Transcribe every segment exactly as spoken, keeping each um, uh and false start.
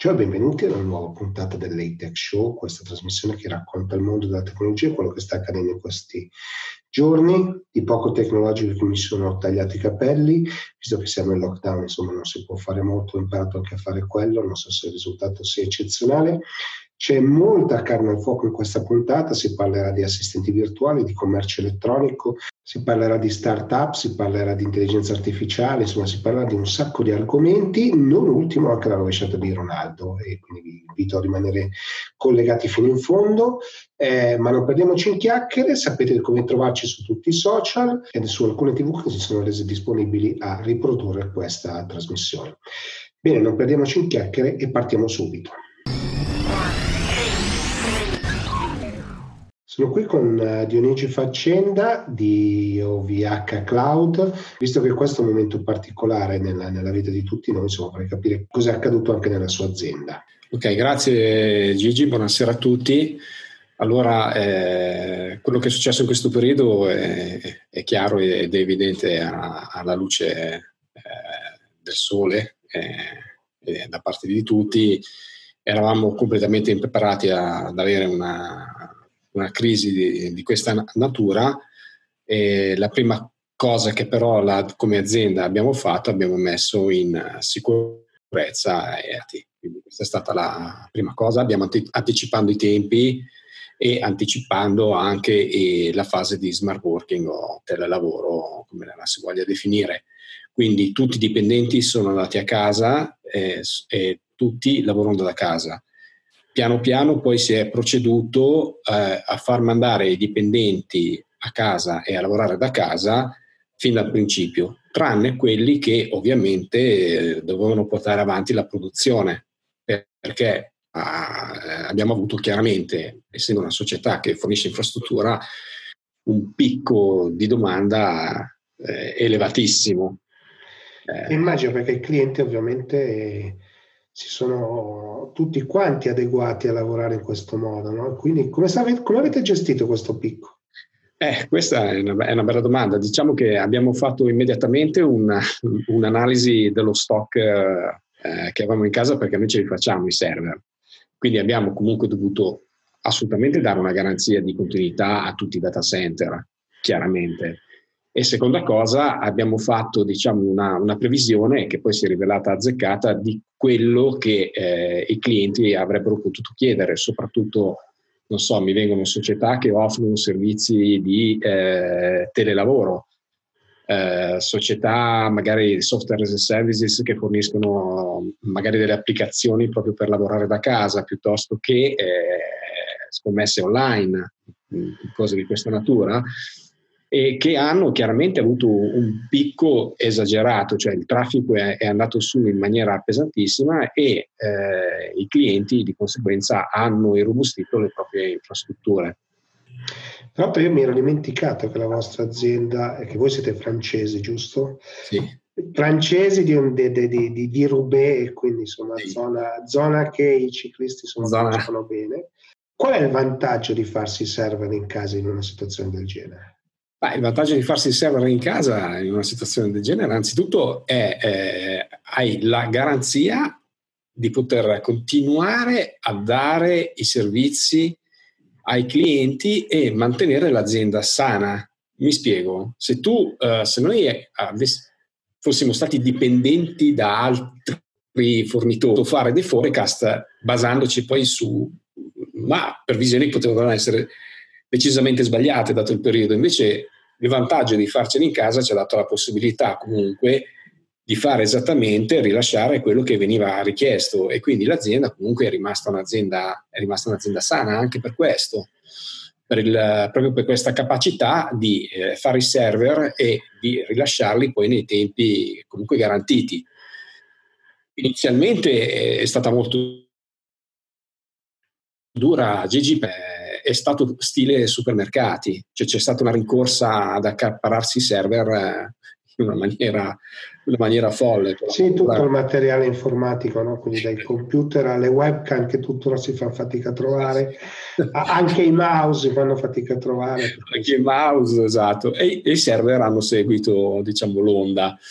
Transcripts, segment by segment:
Ciao e benvenuti a una nuova puntata dell'A Tech Show, questa trasmissione che racconta il mondo della tecnologia e quello che sta accadendo in questi giorni. Di poco tecnologico che mi sono tagliato i capelli, visto che siamo in lockdown, insomma non si può fare molto, ho imparato anche a fare quello, non so se il risultato sia eccezionale. C'è molta carne al fuoco in questa puntata, si parlerà di assistenti virtuali, di commercio elettronico, si parlerà di start-up, si parlerà di intelligenza artificiale, insomma si parlerà di un sacco di argomenti, non ultimo anche la rovesciata di Ronaldo, e quindi vi invito a rimanere collegati fino in fondo, eh, ma non perdiamoci in chiacchiere. Sapete come trovarci su tutti i social e su alcune tivù che si sono rese disponibili a riprodurre questa trasmissione. Bene, non perdiamoci in chiacchiere e partiamo subito. Sono qui con uh, Dionigi Faccenda di O V H Cloud. Visto che questo è un momento particolare nella, nella vita di tutti noi, insomma, vorrei capire cosa è accaduto anche nella sua azienda. Ok, grazie Gigi, buonasera a tutti. Allora, eh, quello che è successo in questo periodo è, è chiaro ed è evidente a, alla luce eh, del sole eh, da parte di tutti. Eravamo completamente impreparati a, ad avere una una crisi di, di questa natura, e la prima cosa che però la, come azienda abbiamo fatto, abbiamo messo in sicurezza E R T. Quindi questa è stata la prima cosa, abbiamo ante- anticipando i tempi e anticipando anche eh, la fase di smart working o telelavoro, come la si voglia definire. Quindi tutti i dipendenti sono andati a casa eh, e tutti lavorando da casa. Piano piano poi si è proceduto eh, a far mandare i dipendenti a casa e a lavorare da casa fin dal principio, tranne quelli che ovviamente eh, dovevano portare avanti la produzione, perché eh, abbiamo avuto chiaramente, essendo una società che fornisce infrastruttura, un picco di domanda eh, elevatissimo. Eh. Immagino, perché i clienti ovviamente eh, si sono tutti quanti adeguati a lavorare in questo modo, no? Quindi come, state, come avete gestito questo picco? Eh, questa è una, è una bella domanda. Diciamo che abbiamo fatto immediatamente una, un'analisi dello stock eh, che avevamo in casa, perché noi ce li facciamo i server. Quindi abbiamo comunque dovuto assolutamente dare una garanzia di continuità a tutti i data center, chiaramente. E seconda cosa, abbiamo fatto diciamo una, una previsione che poi si è rivelata azzeccata di quello che eh, i clienti avrebbero potuto chiedere, soprattutto, non so, mi vengono società che offrono servizi di eh, telelavoro, eh, società magari software as a services che forniscono magari delle applicazioni proprio per lavorare da casa, piuttosto che eh, scommesse online, cose di questa natura, e che hanno chiaramente avuto un picco esagerato, cioè il traffico è, è andato su in maniera pesantissima e eh, i clienti di conseguenza hanno irrobustito le proprie infrastrutture. Tra l'altro io mi ero dimenticato che la vostra azienda, e che voi siete francesi, giusto? Sì. Francesi di, un, di, di, di, di Roubaix, quindi insomma sì. zona, zona che i ciclisti insomma, conoscono bene. Qual è il vantaggio di farsi server in casa in una situazione del genere? Beh, il vantaggio di farsi server in casa in una situazione del genere, anzitutto, è eh, hai la garanzia di poter continuare a dare i servizi ai clienti e mantenere l'azienda sana. Mi spiego, se tu, eh, se noi avess- fossimo stati dipendenti da altri fornitori, fare dei forecast basandoci poi su, ma previsioni che potevano essere decisamente sbagliate dato il periodo. Invece il vantaggio di farceli in casa ci ha dato la possibilità comunque di fare esattamente, rilasciare quello che veniva richiesto, e quindi l'azienda comunque è rimasta un'azienda, è rimasta un'azienda sana anche per questo, per il, proprio per questa capacità di eh, fare i server e di rilasciarli poi nei tempi comunque garantiti. Inizialmente è stata molto dura, Gigi, è stato stile supermercati, cioè c'è stata una rincorsa ad accaparrarsi i server in una maniera, una maniera folle. Sì, tutto il materiale informatico, no? Quindi dai computer alle webcam che tuttora si fa fatica a trovare, anche i mouse si fanno fatica a trovare. Anche i mouse, esatto, e, e i server hanno seguito, diciamo, l'onda.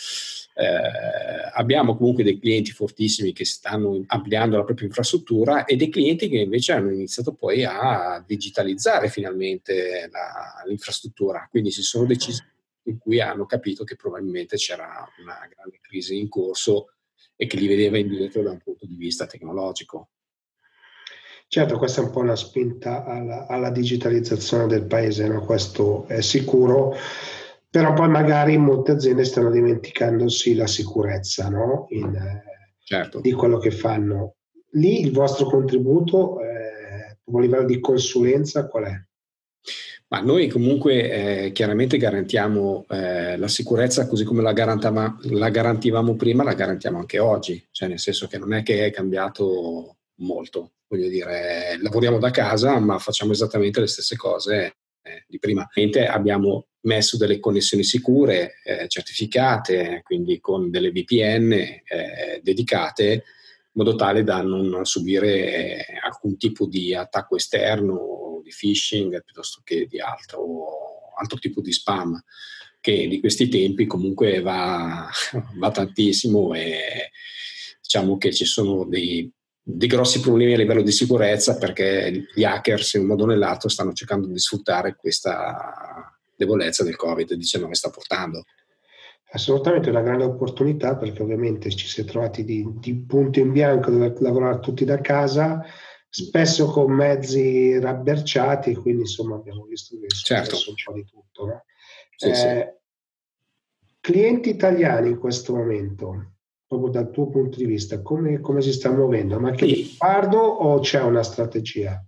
Eh, abbiamo comunque dei clienti fortissimi che stanno ampliando la propria infrastruttura e dei clienti che invece hanno iniziato poi a digitalizzare finalmente la, l'infrastruttura, quindi si sono decisi in cui hanno capito che probabilmente c'era una grande crisi in corso e che li vedeva indietro da un punto di vista tecnologico. Certo, questa è un po' una spinta alla, alla digitalizzazione del paese, no? Questo è sicuro, però poi magari molte aziende stanno dimenticandosi la sicurezza, no? In, eh, certo. di quello che fanno. Lì il vostro contributo eh, a livello di consulenza qual è? Ma noi comunque eh, chiaramente garantiamo eh, la sicurezza così come la, la garantivamo prima, la garantiamo anche oggi, cioè nel senso che non è che è cambiato molto, voglio dire, lavoriamo da casa ma facciamo esattamente le stesse cose eh, di prima. Abbiamo messo delle connessioni sicure, eh, certificate, quindi con delle V P N eh, dedicate, in modo tale da non subire eh, alcun tipo di attacco esterno, di phishing, piuttosto che di altro, altro tipo di spam, che di questi tempi comunque va, va tantissimo e diciamo che ci sono dei, dei grossi problemi a livello di sicurezza perché gli hackers in un modo o nell'altro stanno cercando di sfruttare questa debolezza del covid diciannove sta portando. Assolutamente una grande opportunità perché ovviamente ci si è trovati di, di punto in bianco, dover lavorare tutti da casa, spesso con mezzi rabberciati, quindi insomma abbiamo visto che è successo certo. un po' di tutto. No? Sì, eh, sì. Clienti italiani in questo momento, proprio dal tuo punto di vista, come, come si sta muovendo? Ma che sì. Pardo o c'è una strategia?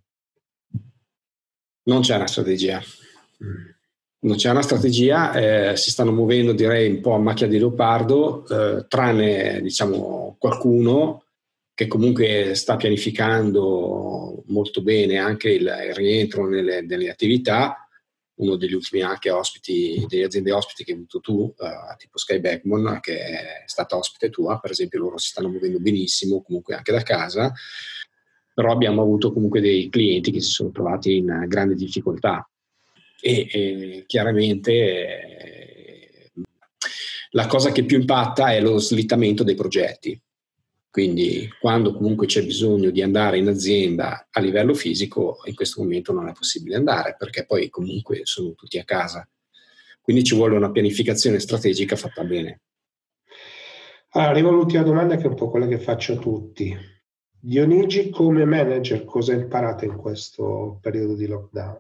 Non c'è una strategia. Mm. Non c'è una strategia, eh, si stanno muovendo direi un po' a macchia di leopardo, eh, tranne diciamo qualcuno che comunque sta pianificando molto bene anche il, il rientro nelle, nelle attività. Uno degli ultimi anche ospiti, delle aziende ospiti che hai avuto tu, uh, tipo Sky Backbone, che è stata ospite tua, per esempio loro si stanno muovendo benissimo, comunque anche da casa, però abbiamo avuto comunque dei clienti che si sono trovati in grande difficoltà. E, e chiaramente eh, la cosa che più impatta è lo slittamento dei progetti, quindi quando comunque c'è bisogno di andare in azienda a livello fisico in questo momento non è possibile andare perché poi comunque sono tutti a casa, quindi ci vuole una pianificazione strategica fatta bene. Allora, arrivo all'ultima domanda che è un po' quella che faccio a tutti. Dionigi come manager cosa hai imparato in questo periodo di lockdown?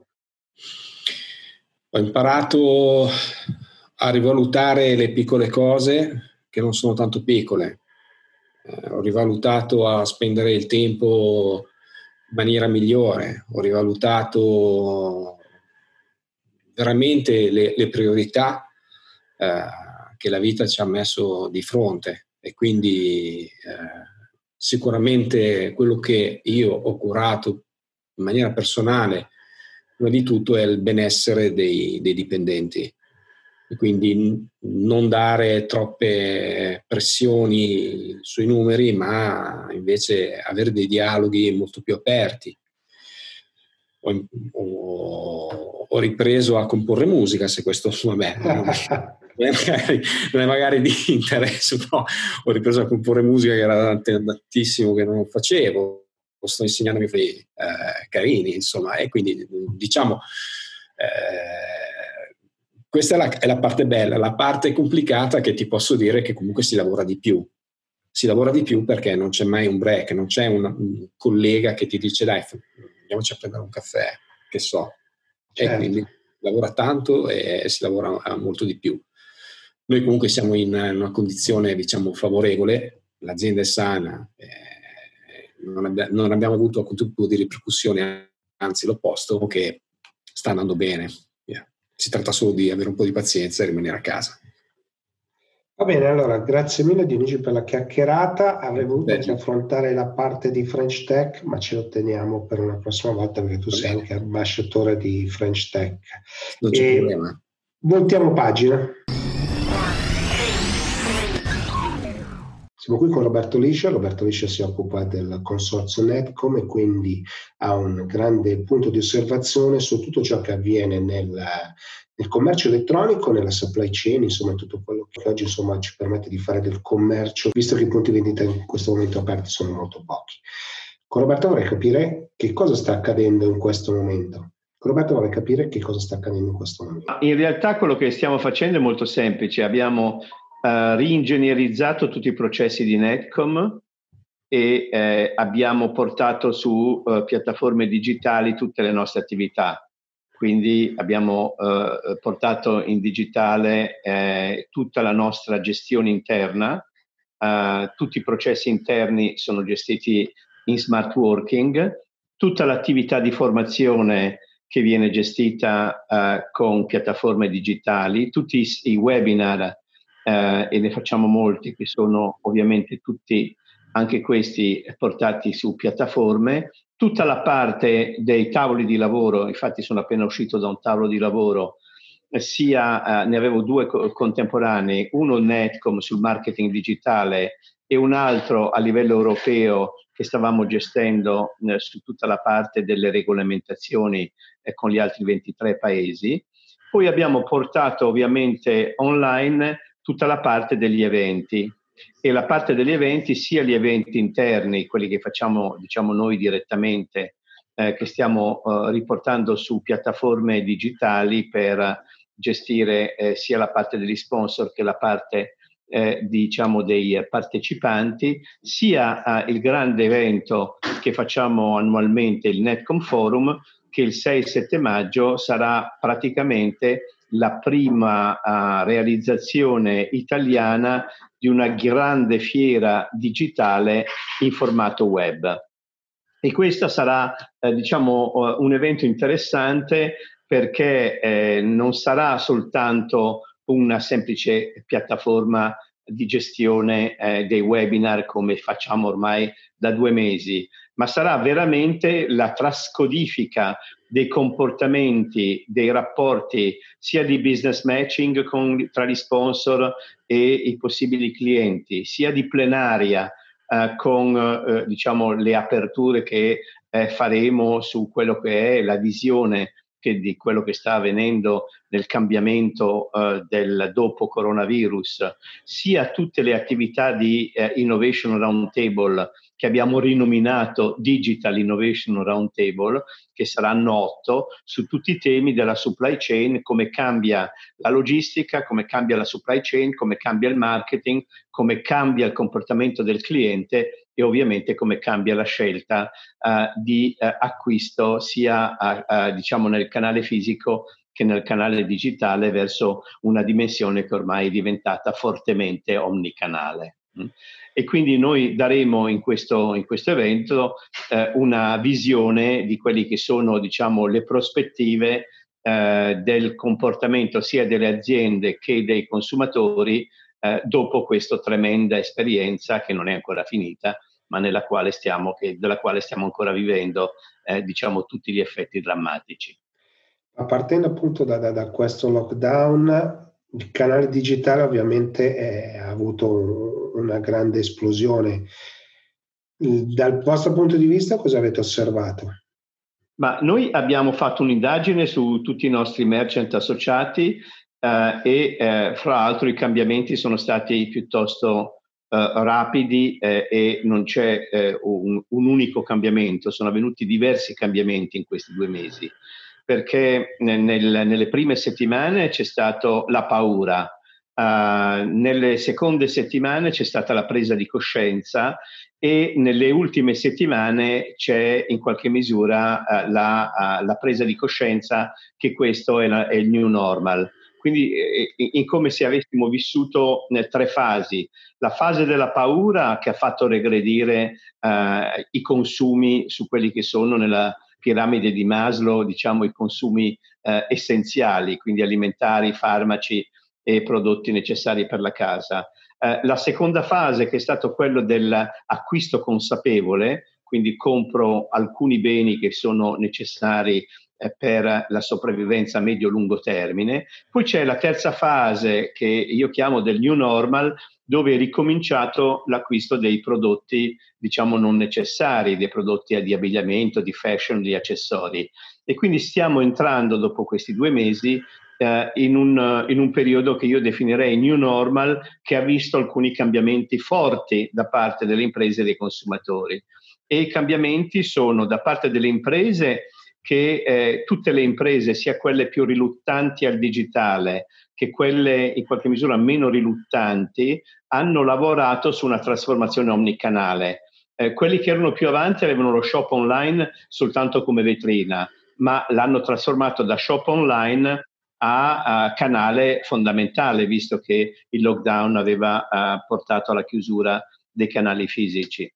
Ho imparato a rivalutare le piccole cose che non sono tanto piccole. Eh, ho rivalutato a spendere il tempo in maniera migliore. Ho rivalutato veramente le, le priorità eh, che la vita ci ha messo di fronte e quindi eh, sicuramente quello che io ho curato in maniera personale prima di tutto è il benessere dei, dei dipendenti e quindi non dare troppe pressioni sui numeri ma invece avere dei dialoghi molto più aperti. Ho, ho, ho ripreso a comporre musica, se questo vabbè non è, non è magari di interesse, però ho ripreso a comporre musica che era tantissimo che non facevo. Sto insegnando ai miei figli eh, carini, insomma, e quindi diciamo eh, questa è la, è la parte bella. La parte complicata che ti posso dire è che comunque si lavora di più si lavora di più perché non c'è mai un break, non c'è una, un collega che ti dice dai andiamoci a prendere un caffè, che so, certo. E quindi lavora tanto e si lavora molto di più. Noi comunque siamo in una condizione diciamo favorevole, l'azienda è sana, eh, Non, abbia, non abbiamo avuto alcun tipo di ripercussione, anzi l'opposto, che sta andando bene. Yeah. Si tratta solo di avere un po' di pazienza e rimanere a casa. Va bene, allora grazie mille Dionigi per la chiacchierata. Avrei voluto anche affrontare la parte di French Tech, ma ce lo teniamo per una prossima volta perché tu Va sei bene. anche ambasciatore di French Tech. Non c'è e problema. Voltiamo pagina. Siamo qui con Roberto Liscia. Roberto Liscia si occupa del consorzio Netcom e quindi ha un grande punto di osservazione su tutto ciò che avviene nel, nel commercio elettronico, nella supply chain, insomma tutto quello che oggi insomma ci permette di fare del commercio, visto che i punti vendita in questo momento aperti sono molto pochi. Con Roberto vorrei capire che cosa sta accadendo in questo momento. Con Roberto vorrei capire che cosa sta accadendo in questo momento. In realtà quello che stiamo facendo è molto semplice. Abbiamo uh, reingegnerizzato tutti i processi di Netcom e eh, abbiamo portato su uh, piattaforme digitali tutte le nostre attività. Quindi abbiamo uh, portato in digitale eh, tutta la nostra gestione interna, uh, tutti i processi interni sono gestiti in smart working, tutta l'attività di formazione che viene gestita uh, con piattaforme digitali, tutti i, i webinar, uh, e ne facciamo molti, che sono ovviamente tutti anche questi portati su piattaforme, tutta la parte dei tavoli di lavoro, infatti sono appena uscito da un tavolo di lavoro, sia, uh, ne avevo due co- contemporanei, uno Netcom sul marketing digitale e un altro a livello europeo che stavamo gestendo eh, su tutta la parte delle regolamentazioni eh, con gli altri ventitré paesi. Poi abbiamo portato ovviamente online tutta la parte degli eventi, e la parte degli eventi, sia gli eventi interni, quelli che facciamo diciamo noi direttamente, eh, che stiamo eh, riportando su piattaforme digitali per gestire eh, sia la parte degli sponsor che la parte eh, diciamo dei partecipanti, sia eh, il grande evento che facciamo annualmente, il Netcom Forum, che il sei sette maggio sarà praticamente la prima uh, realizzazione italiana di una grande fiera digitale in formato web. E questo sarà eh, diciamo uh, un evento interessante perché eh, non sarà soltanto una semplice piattaforma di gestione eh, dei webinar come facciamo ormai da due mesi, ma sarà veramente la trascodifica dei comportamenti, dei rapporti sia di business matching con, tra gli sponsor e i possibili clienti, sia di plenaria eh, con eh, diciamo le aperture che eh, faremo su quello che è la visione che di quello che sta avvenendo nel cambiamento eh, del dopo coronavirus, sia tutte le attività di eh, Innovation Roundtable che abbiamo rinominato Digital Innovation Roundtable, che saranno otto, su tutti i temi della supply chain, come cambia la logistica, come cambia la supply chain, come cambia il marketing, come cambia il comportamento del cliente e ovviamente come cambia la scelta uh, di uh, acquisto sia uh, uh, diciamo nel canale fisico che nel canale digitale, verso una dimensione che ormai è diventata fortemente omnicanale. Mm. E quindi noi daremo in questo, in questo evento eh, una visione di quelli che sono diciamo le prospettive eh, del comportamento sia delle aziende che dei consumatori eh, dopo questa tremenda esperienza che non è ancora finita, ma nella quale stiamo, che, della quale stiamo ancora vivendo eh, diciamo tutti gli effetti drammatici. Ma partendo appunto da, da, da questo lockdown, il canale digitale ovviamente è, ha avuto una grande esplosione. Dal vostro punto di vista cosa avete osservato? Ma noi abbiamo fatto un'indagine su tutti i nostri merchant associati eh, e eh, fra l'altro i cambiamenti sono stati piuttosto eh, rapidi eh, e non c'è eh, un, un unico cambiamento, sono avvenuti diversi cambiamenti in questi due mesi, perché nel, nelle prime settimane c'è stata la paura, uh, nelle seconde settimane c'è stata la presa di coscienza e nelle ultime settimane c'è in qualche misura uh, la, uh, la presa di coscienza che questo è, la, è il new normal. Quindi è, è come se avessimo vissuto eh, tre fasi. La fase della paura che ha fatto regredire uh, i consumi su quelli che sono nella piramide di Maslow, diciamo i consumi eh, essenziali, quindi alimentari, farmaci e prodotti necessari per la casa. Eh, la seconda fase, che è stato quello dell'acquisto consapevole, quindi compro alcuni beni che sono necessari eh, per la sopravvivenza a medio-lungo termine. Poi c'è la terza fase che io chiamo del new normal, dove è ricominciato l'acquisto dei prodotti, diciamo, non necessari, dei prodotti di abbigliamento, di fashion, di accessori. E quindi stiamo entrando, dopo questi due mesi, eh, in, un, in un periodo che io definirei new normal, che ha visto alcuni cambiamenti forti da parte delle imprese e dei consumatori. E i cambiamenti sono da parte delle imprese che eh, tutte le imprese, sia quelle più riluttanti al digitale che quelle in qualche misura meno riluttanti, hanno lavorato su una trasformazione omnicanale. Eh, quelli che erano più avanti avevano lo shop online soltanto come vetrina, ma l'hanno trasformato da shop online a, a canale fondamentale, visto che il lockdown aveva uh, portato alla chiusura dei canali fisici.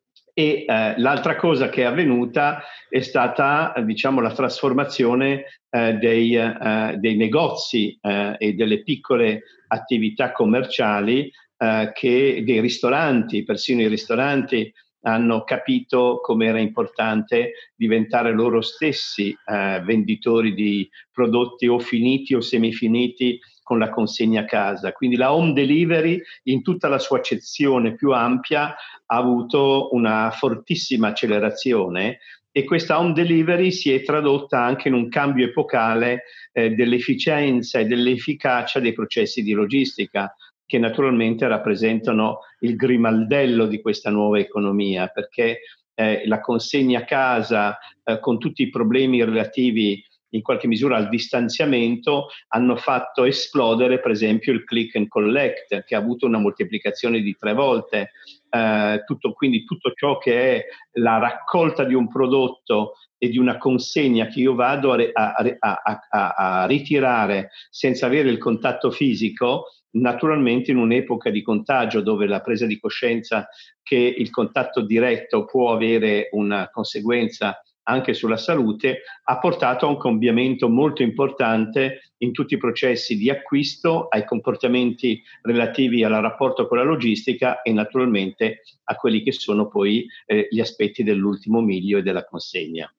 E eh, l'altra cosa che è avvenuta è stata, diciamo, la trasformazione eh, dei, eh, dei negozi eh, e delle piccole attività commerciali, eh, che dei ristoranti, persino i ristoranti hanno capito come era importante diventare loro stessi eh, venditori di prodotti o finiti o semifiniti con la consegna a casa. Quindi la home delivery in tutta la sua accezione più ampia ha avuto una fortissima accelerazione, e questa home delivery si è tradotta anche in un cambio epocale eh, dell'efficienza e dell'efficacia dei processi di logistica, che naturalmente rappresentano il grimaldello di questa nuova economia, perché eh, la consegna a casa eh, con tutti i problemi relativi in qualche misura al distanziamento hanno fatto esplodere per esempio il click and collect, che ha avuto una moltiplicazione di tre volte. Eh, tutto, quindi tutto ciò che è la raccolta di un prodotto e di una consegna che io vado a, a, a, a, a ritirare senza avere il contatto fisico, naturalmente in un'epoca di contagio dove la presa di coscienza che il contatto diretto può avere una conseguenza anche sulla salute, ha portato a un cambiamento molto importante in tutti i processi di acquisto, ai comportamenti relativi al rapporto con la logistica e naturalmente a quelli che sono poi eh, gli aspetti dell'ultimo miglio e della consegna.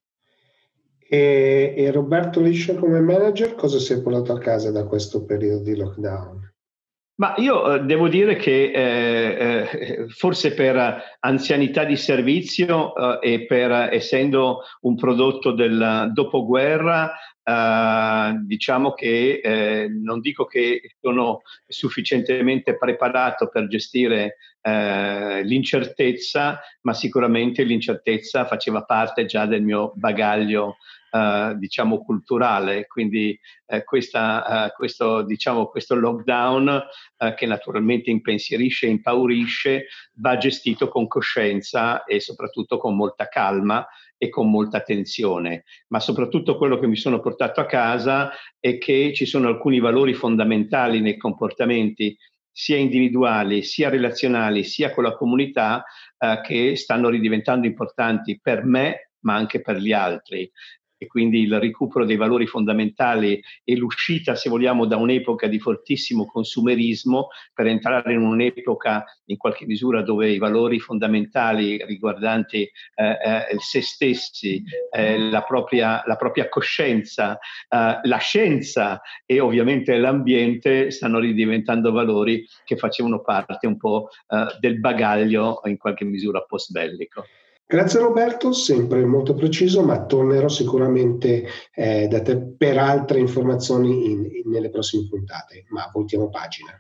E, e Roberto Liscia come manager, cosa si è portato a casa da questo periodo di lockdown? Ma io eh, devo dire che eh, eh, forse per anzianità di servizio eh, e per essendo un prodotto del dopoguerra, eh, diciamo che eh, non dico che sono sufficientemente preparato per gestire eh, l'incertezza, ma sicuramente l'incertezza faceva parte già del mio bagaglio Uh, diciamo culturale, quindi uh, questa, uh, questo, diciamo, questo lockdown uh, che naturalmente impensierisce e impaurisce va gestito con coscienza e soprattutto con molta calma e con molta attenzione, ma soprattutto quello che mi sono portato a casa è che ci sono alcuni valori fondamentali nei comportamenti sia individuali, sia relazionali, sia con la comunità uh, che stanno ridiventando importanti per me ma anche per gli altri. E quindi il recupero dei valori fondamentali e l'uscita, se vogliamo, da un'epoca di fortissimo consumerismo per entrare in un'epoca in qualche misura dove i valori fondamentali riguardanti eh, eh, se stessi, eh, la, propria, la propria coscienza, eh, la scienza e ovviamente l'ambiente stanno ridiventando valori che facevano parte un po' eh, del bagaglio in qualche misura post-bellico. Grazie Roberto, sempre molto preciso, ma tornerò sicuramente eh, da te per altre informazioni in, in, nelle prossime puntate, ma voltiamo pagina.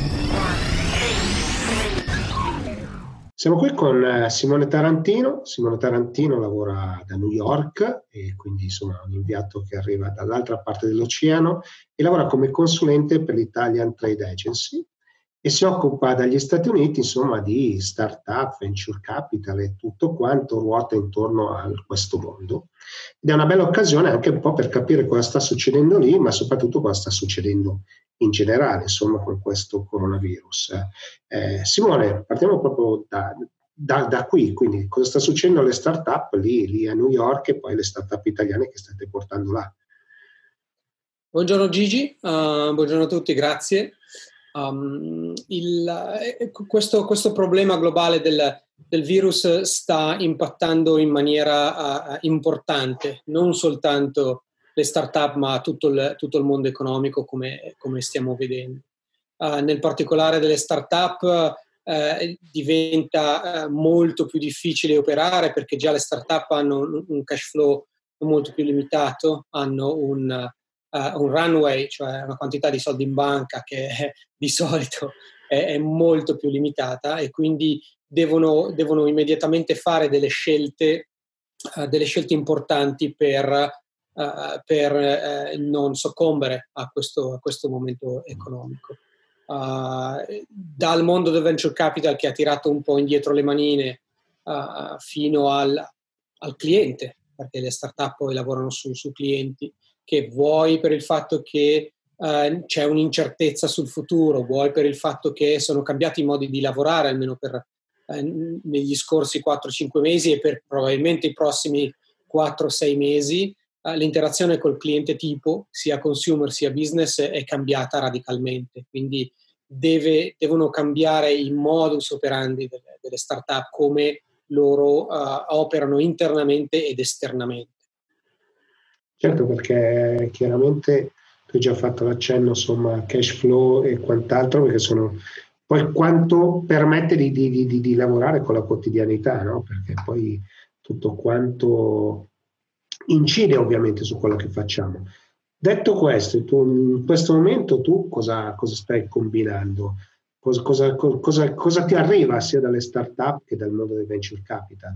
Siamo qui con eh, Simone Tarantino. Simone Tarantino lavora da New York e quindi insomma un inviato che arriva dall'altra parte dell'oceano e lavora come consulente per l'Italian Trade Agency e si occupa dagli Stati Uniti insomma di startup, venture capital e tutto quanto ruota intorno a questo mondo. Ed è una bella occasione anche un po' per capire cosa sta succedendo lì, ma soprattutto cosa sta succedendo in generale insomma con questo coronavirus. Eh, Simone, partiamo proprio da, da, da qui, quindi cosa sta succedendo alle startup lì, lì a New York e poi le startup italiane che state portando là. Buongiorno Gigi, uh, buongiorno a tutti, grazie. Um, il, eh, questo, questo problema globale del, del virus sta impattando in maniera uh, importante non soltanto le start-up ma tutto il, tutto il mondo economico come, come stiamo vedendo. Uh, nel particolare delle start-up uh, diventa uh, molto più difficile operare perché già le start-up hanno un, un cash flow molto più limitato, hanno un uh, un runway, cioè una quantità di soldi in banca che è, di solito è, è molto più limitata, e quindi devono, devono immediatamente fare delle scelte, uh, delle scelte importanti per, uh, per uh, non soccombere a questo, a questo momento economico. Uh, dal mondo del venture capital, che ha tirato un po' indietro le manine, uh, fino al, al cliente, perché le startup poi lavorano su, su clienti, che vuoi per il fatto che uh, c'è un'incertezza sul futuro, vuoi per il fatto che sono cambiati i modi di lavorare, almeno per uh, negli scorsi quattro cinque mesi e per probabilmente i prossimi quattro sei mesi, uh, l'interazione col cliente tipo, sia consumer sia business, è cambiata radicalmente. Quindi deve, devono cambiare i modus operandi delle, delle startup, come loro uh, operano internamente ed esternamente. Certo, perché chiaramente tu hai già fatto l'accenno, insomma, cash flow e quant'altro, perché sono poi quanto permette di, di, di, di lavorare con la quotidianità, no? Perché poi tutto quanto incide ovviamente su quello che facciamo. Detto questo, tu, in questo momento tu cosa, cosa stai combinando? Cosa, cosa, cosa, cosa ti arriva sia dalle start-up che dal mondo del venture capital?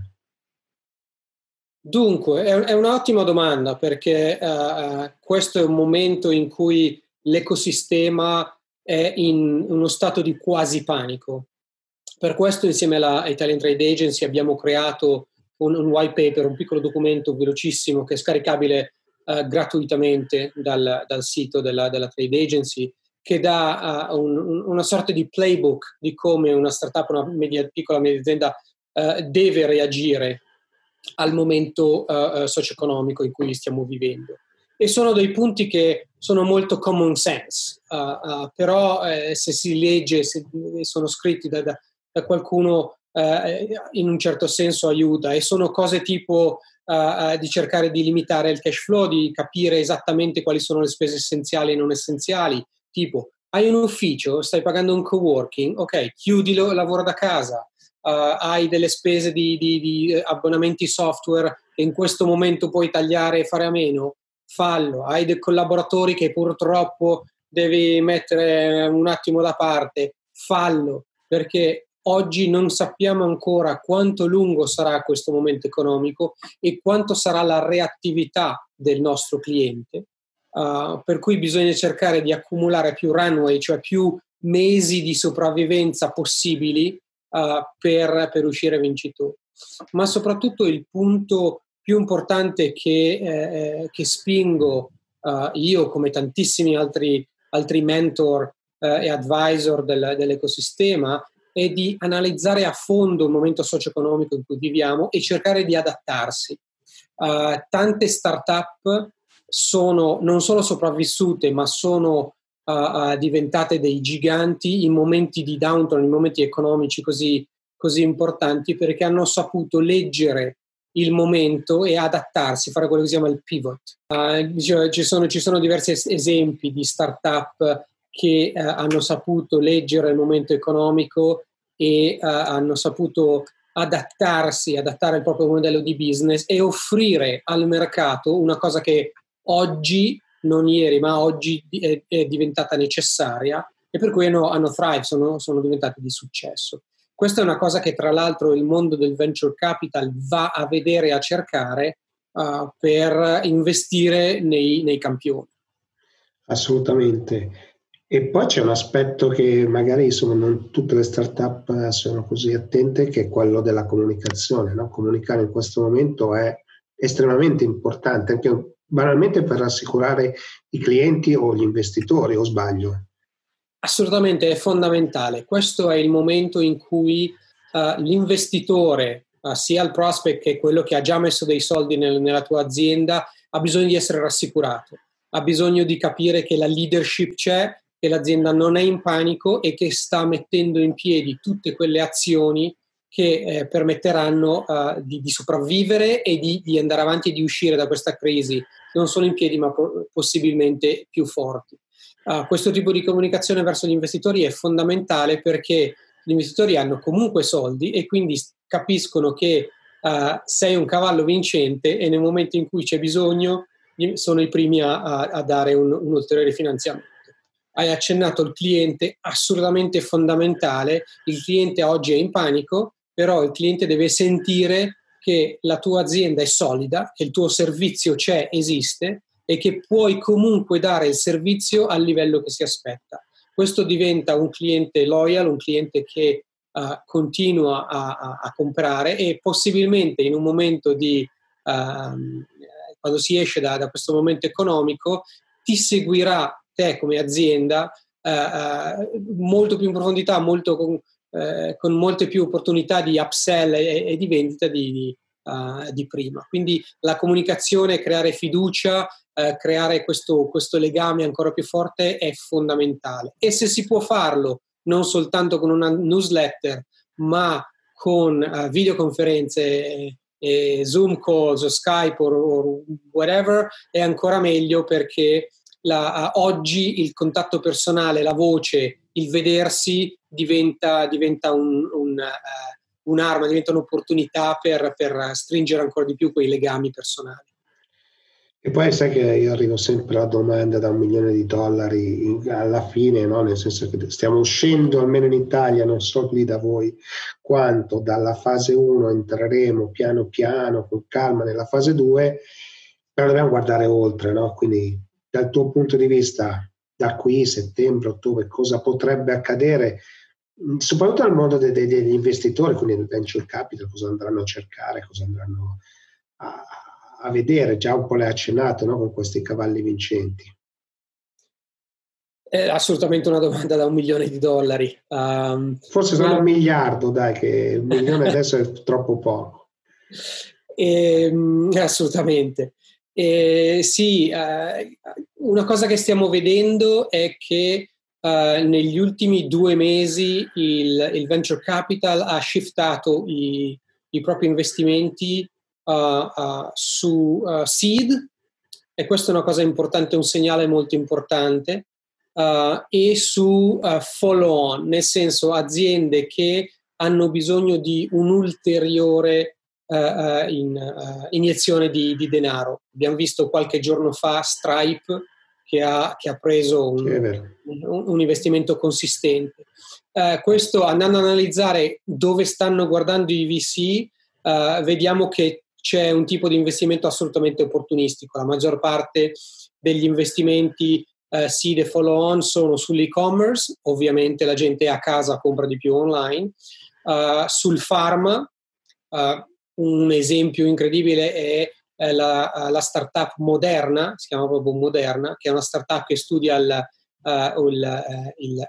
Dunque, è, è un'ottima domanda, perché uh, questo è un momento in cui l'ecosistema è in uno stato di quasi panico. Per questo, insieme alla Italian Trade Agency, abbiamo creato un, un white paper, un piccolo documento velocissimo che è scaricabile uh, gratuitamente dal, dal sito della, della Trade Agency, che dà uh, un, un, una sorta di playbook di come una startup, una media, piccola media azienda uh, deve reagire al momento uh, socio-economico in cui stiamo vivendo. E sono dei punti che sono molto common sense, uh, uh, però eh, se si legge, se sono scritti da, da, da qualcuno, uh, in un certo senso aiuta, e sono cose tipo uh, uh, di cercare di limitare il cash flow, di capire esattamente quali sono le spese essenziali e non essenziali, tipo hai un ufficio, stai pagando un coworking, ok, chiudilo e lavora da casa. Uh, hai delle spese di, di, di abbonamenti software che in questo momento puoi tagliare e fare a meno, fallo. Hai dei collaboratori che purtroppo devi mettere un attimo da parte, fallo, perché oggi non sappiamo ancora quanto lungo sarà questo momento economico e quanto sarà la reattività del nostro cliente, uh, per cui bisogna cercare di accumulare più runway, cioè più mesi di sopravvivenza possibili, Uh, per, per uscire vincitori. Ma soprattutto il punto più importante che, eh, che spingo uh, io, come tantissimi altri, altri mentor uh, e advisor del, dell'ecosistema, è di analizzare a fondo il momento socio-economico in cui viviamo e cercare di adattarsi. Uh, tante start-up sono non solo sopravvissute, ma sono Uh, uh, diventate dei giganti in momenti di downturn, in momenti economici così, così importanti, perché hanno saputo leggere il momento e adattarsi, fare quello che si chiama il pivot. Uh, cioè, ci, sono, ci sono diversi es- esempi di startup che uh, hanno saputo leggere il momento economico e uh, hanno saputo adattarsi, adattare il proprio modello di business e offrire al mercato una cosa che oggi, non ieri, ma oggi è, è diventata necessaria, e per cui hanno, hanno thrive, sono, sono diventati di successo. Questa è una cosa che tra l'altro il mondo del venture capital va a vedere e a cercare uh, per investire nei, nei campioni. Assolutamente. E poi c'è un aspetto che magari insomma, non tutte le start-up sono così attente, che è quello della comunicazione, no? Comunicare in questo momento è estremamente importante, anche banalmente per rassicurare i clienti o gli investitori, o sbaglio? Assolutamente, è fondamentale. Questo è il momento in cui uh, l'investitore, uh, sia il prospect che quello che ha già messo dei soldi nel, nella tua azienda, ha bisogno di essere rassicurato, ha bisogno di capire che la leadership c'è, che l'azienda non è in panico e che sta mettendo in piedi tutte quelle azioni che eh, permetteranno uh, di, di sopravvivere e di, di andare avanti e di uscire da questa crisi non solo in piedi ma po- possibilmente più forti. Uh, questo tipo di comunicazione verso gli investitori è fondamentale, perché gli investitori hanno comunque soldi e quindi capiscono che uh, sei un cavallo vincente, e nel momento in cui c'è bisogno sono i primi a, a dare un, un ulteriore finanziamento. Hai accennato al cliente, assolutamente fondamentale. Il cliente oggi è in panico, però il cliente deve sentire che la tua azienda è solida, che il tuo servizio c'è, esiste e che puoi comunque dare il servizio al livello che si aspetta. Questo diventa un cliente loyal, un cliente che uh, continua a, a, a comprare e possibilmente in un momento di, uh, quando si esce da, da questo momento economico, ti seguirà te come azienda uh, uh, molto più in profondità, molto con, uh, con molte più opportunità di upsell e, e di vendita di, di, uh, di prima. Quindi la comunicazione, creare fiducia, uh, creare questo, questo legame ancora più forte è fondamentale. E se si può farlo non soltanto con una newsletter, ma con uh, videoconferenze e, e Zoom calls o Skype o, o whatever, è ancora meglio, perché La, uh, oggi il contatto personale, la voce, il vedersi diventa, diventa un, un, uh, un'arma, diventa un'opportunità per, per stringere ancora di più quei legami personali. E poi sai che io arrivo sempre alla domanda da un milione di dollari in, alla fine, no? Nel senso che stiamo uscendo, almeno in Italia, non so lì da voi quanto, dalla fase uno entreremo piano piano, con calma, nella fase due, però dobbiamo guardare oltre, no? Quindi dal tuo punto di vista, da qui, settembre, ottobre, cosa potrebbe accadere, soprattutto nel mondo dei, dei, degli investitori, quindi il venture capital, cosa andranno a cercare, cosa andranno a, a vedere, già un po' l'hai accennato, no? Con questi cavalli vincenti. È assolutamente una domanda da un milione di dollari. Um, Forse ma... sono un miliardo, dai, che un milione adesso è troppo poco. E, assolutamente. Eh, sì, eh, una cosa che stiamo vedendo è che eh, negli ultimi due mesi il, il venture capital ha shiftato i, i propri investimenti uh, uh, su uh, seed, e questa è una cosa importante, un segnale molto importante, uh, e su uh, follow on, nel senso aziende che hanno bisogno di un ulteriore Uh, in, uh, iniezione di, di denaro. Abbiamo visto qualche giorno fa Stripe che ha, che ha preso un, un, un investimento consistente. Uh, questo, andando ad analizzare dove stanno guardando i V C, uh, vediamo che c'è un tipo di investimento assolutamente opportunistico. La maggior parte degli investimenti uh, seed e follow on sono sull'e-commerce, ovviamente la gente a casa compra di più online, uh, sul pharma. Uh, Un esempio incredibile è eh, la, la startup Moderna, si chiama proprio Moderna, che è una startup che studia il, uh, il, uh, il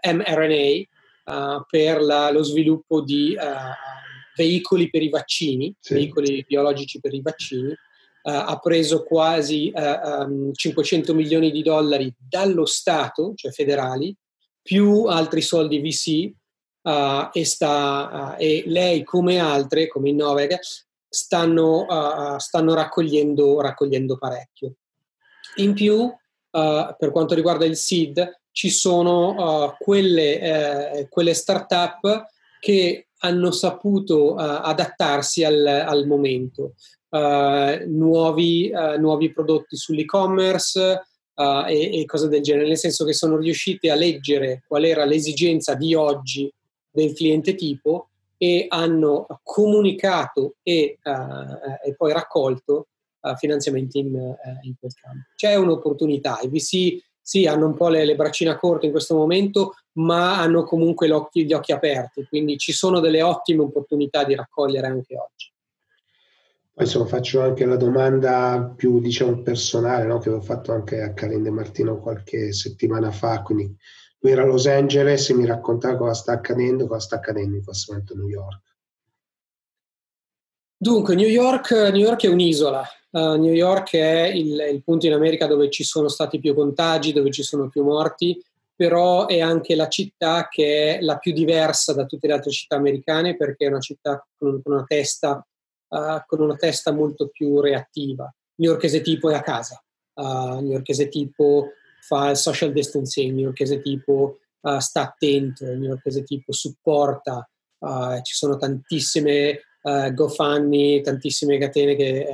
mRNA uh, per la, lo sviluppo di uh, veicoli per i vaccini, sì. veicoli biologici per i vaccini. Uh, ha preso quasi uh, um, cinquecento milioni di dollari dallo Stato, cioè federali, più altri soldi V C, uh, e, sta, uh, e lei come altre, come Innoveg, stanno, uh, stanno raccogliendo, raccogliendo parecchio. In più, uh, per quanto riguarda il seed, ci sono uh, quelle, eh, quelle start-up che hanno saputo uh, adattarsi al, al momento. Uh, nuovi, uh, nuovi prodotti sull'e-commerce uh, e, e cose del genere, nel senso che sono riusciti a leggere qual era l'esigenza di oggi del cliente tipo e hanno comunicato e, uh, e poi raccolto uh, finanziamenti in, uh, in quel campo. C'è un'opportunità, i V C sì, hanno un po' le, le braccine corte in questo momento, ma hanno comunque l'occhi, gli occhi aperti, quindi ci sono delle ottime opportunità di raccogliere anche oggi. Poi insomma faccio anche la domanda più, diciamo, personale, no? Che avevo fatto anche a Karen De Martino qualche settimana fa, quindi lui era a Los Angeles e mi raccontava cosa sta accadendo, cosa sta accadendo in questo momento a New York. Dunque, New York, New York è un'isola. Uh, New York è il, il punto in America dove ci sono stati più contagi, dove ci sono più morti, però è anche la città che è la più diversa da tutte le altre città americane, perché è una città con, con una testa uh, con una testa molto più reattiva. New Yorkese tipo è a casa, uh, New Yorkese tipo fa il social distancing, New Yorkese tipo uh, sta attento, New Yorkese tipo supporta, uh, ci sono tantissime uh, GoFundMe, tantissime catene che, eh,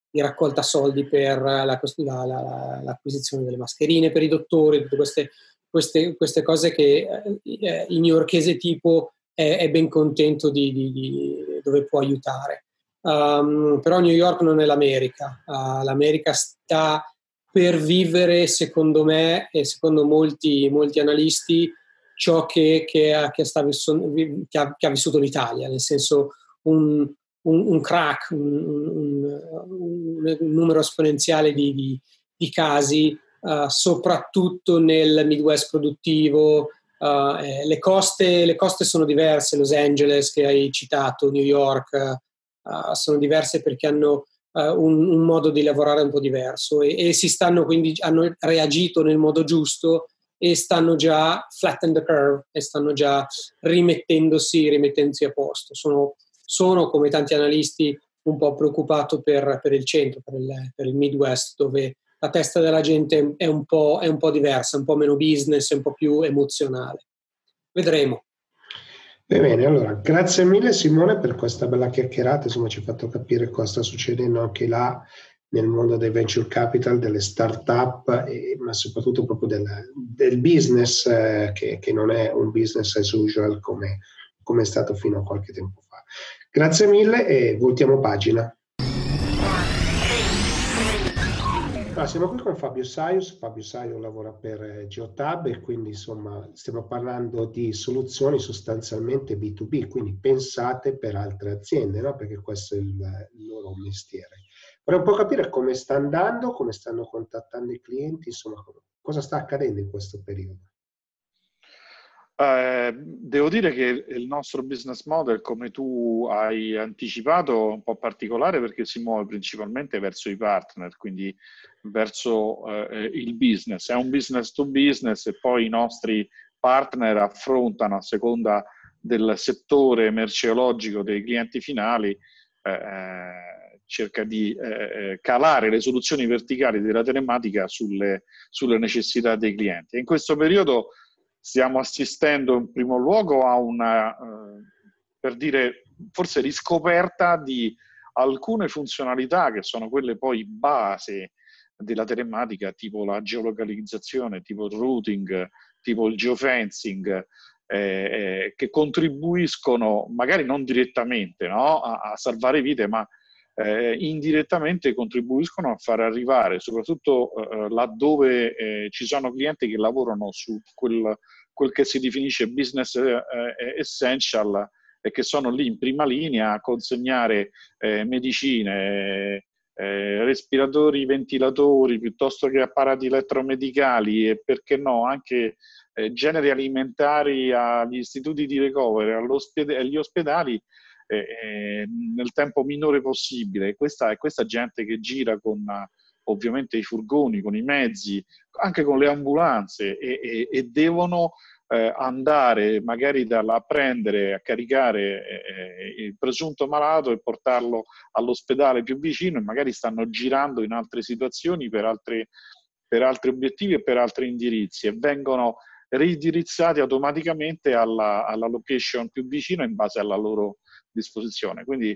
di raccolta soldi per la, la, la, l'acquisizione delle mascherine per i dottori, tutte queste, queste, queste cose che eh, il newyorkese tipo è, è ben contento di, di, di dove può aiutare. Um, però New York non è l'America, uh, l'America sta per vivere, secondo me e secondo molti, molti analisti, ciò che, che, ha, che, sta vissu- che, ha, che ha vissuto l'Italia, nel senso un, un, un crack, un, un, un, un numero esponenziale di, di, di casi, uh, soprattutto nel Midwest produttivo. Uh, eh, le, coste, le coste sono diverse, Los Angeles che hai citato, New York, uh, sono diverse perché hanno uh, un, un modo di lavorare un po' diverso e, e si stanno quindi, hanno reagito nel modo giusto e stanno già flatten the curve e stanno già rimettendosi, rimettendosi a posto. Sono, sono, come tanti analisti, un po' preoccupato per, per il centro, per il, per il Midwest, dove la testa della gente è un po', è un po' diversa, un po' meno business, è un po' più emozionale. Vedremo. Bene, allora, grazie mille Simone per questa bella chiacchierata, insomma ci hai fatto capire cosa sta succedendo anche là nel mondo del venture capital, delle start-up, e, ma soprattutto proprio del, del business eh, che, che non è un business as usual come, come è stato fino a qualche tempo fa. Grazie mille e voltiamo pagina. Allora, siamo qui con Fabio Saius. Fabio Saius lavora per Geotab e quindi insomma stiamo parlando di soluzioni sostanzialmente B due B, quindi pensate per altre aziende, no? Perché questo è il, il loro mestiere. Vorrei un po' capire come sta andando, come stanno contattando i clienti, insomma cosa sta accadendo in questo periodo. Eh, devo dire che il nostro business model, come tu hai anticipato, è un po' particolare perché si muove principalmente verso i partner, quindi verso eh, il business. È un business to business e poi i nostri partner affrontano a seconda del settore merceologico dei clienti finali, eh, cerca di eh, calare le soluzioni verticali della telematica sulle, sulle necessità dei clienti. In questo periodo stiamo assistendo in primo luogo a una, eh, per dire, forse riscoperta di alcune funzionalità che sono quelle poi base della telematica, tipo la geolocalizzazione, tipo il routing, tipo il geofencing, eh, che contribuiscono, magari non direttamente, no, a, a salvare vite, ma eh, indirettamente contribuiscono a far arrivare, soprattutto eh, laddove eh, ci sono clienti che lavorano su quel, quel che si definisce business eh, essential e che sono lì in prima linea a consegnare eh, medicine, eh, respiratori, ventilatori, piuttosto che apparati elettromedicali e perché no anche eh, generi alimentari agli istituti di ricovero, agli ospedali, Eh, nel tempo minore possibile. Questa è questa gente che gira con ovviamente i furgoni, con i mezzi, anche con le ambulanze e, e, e devono eh, andare magari dalla, a prendere, a caricare eh, il presunto malato e portarlo all'ospedale più vicino e magari stanno girando in altre situazioni per, altre, per altri obiettivi e per altri indirizzi e vengono ridirizzati automaticamente alla, alla location più vicina in base alla loro disposizione. Quindi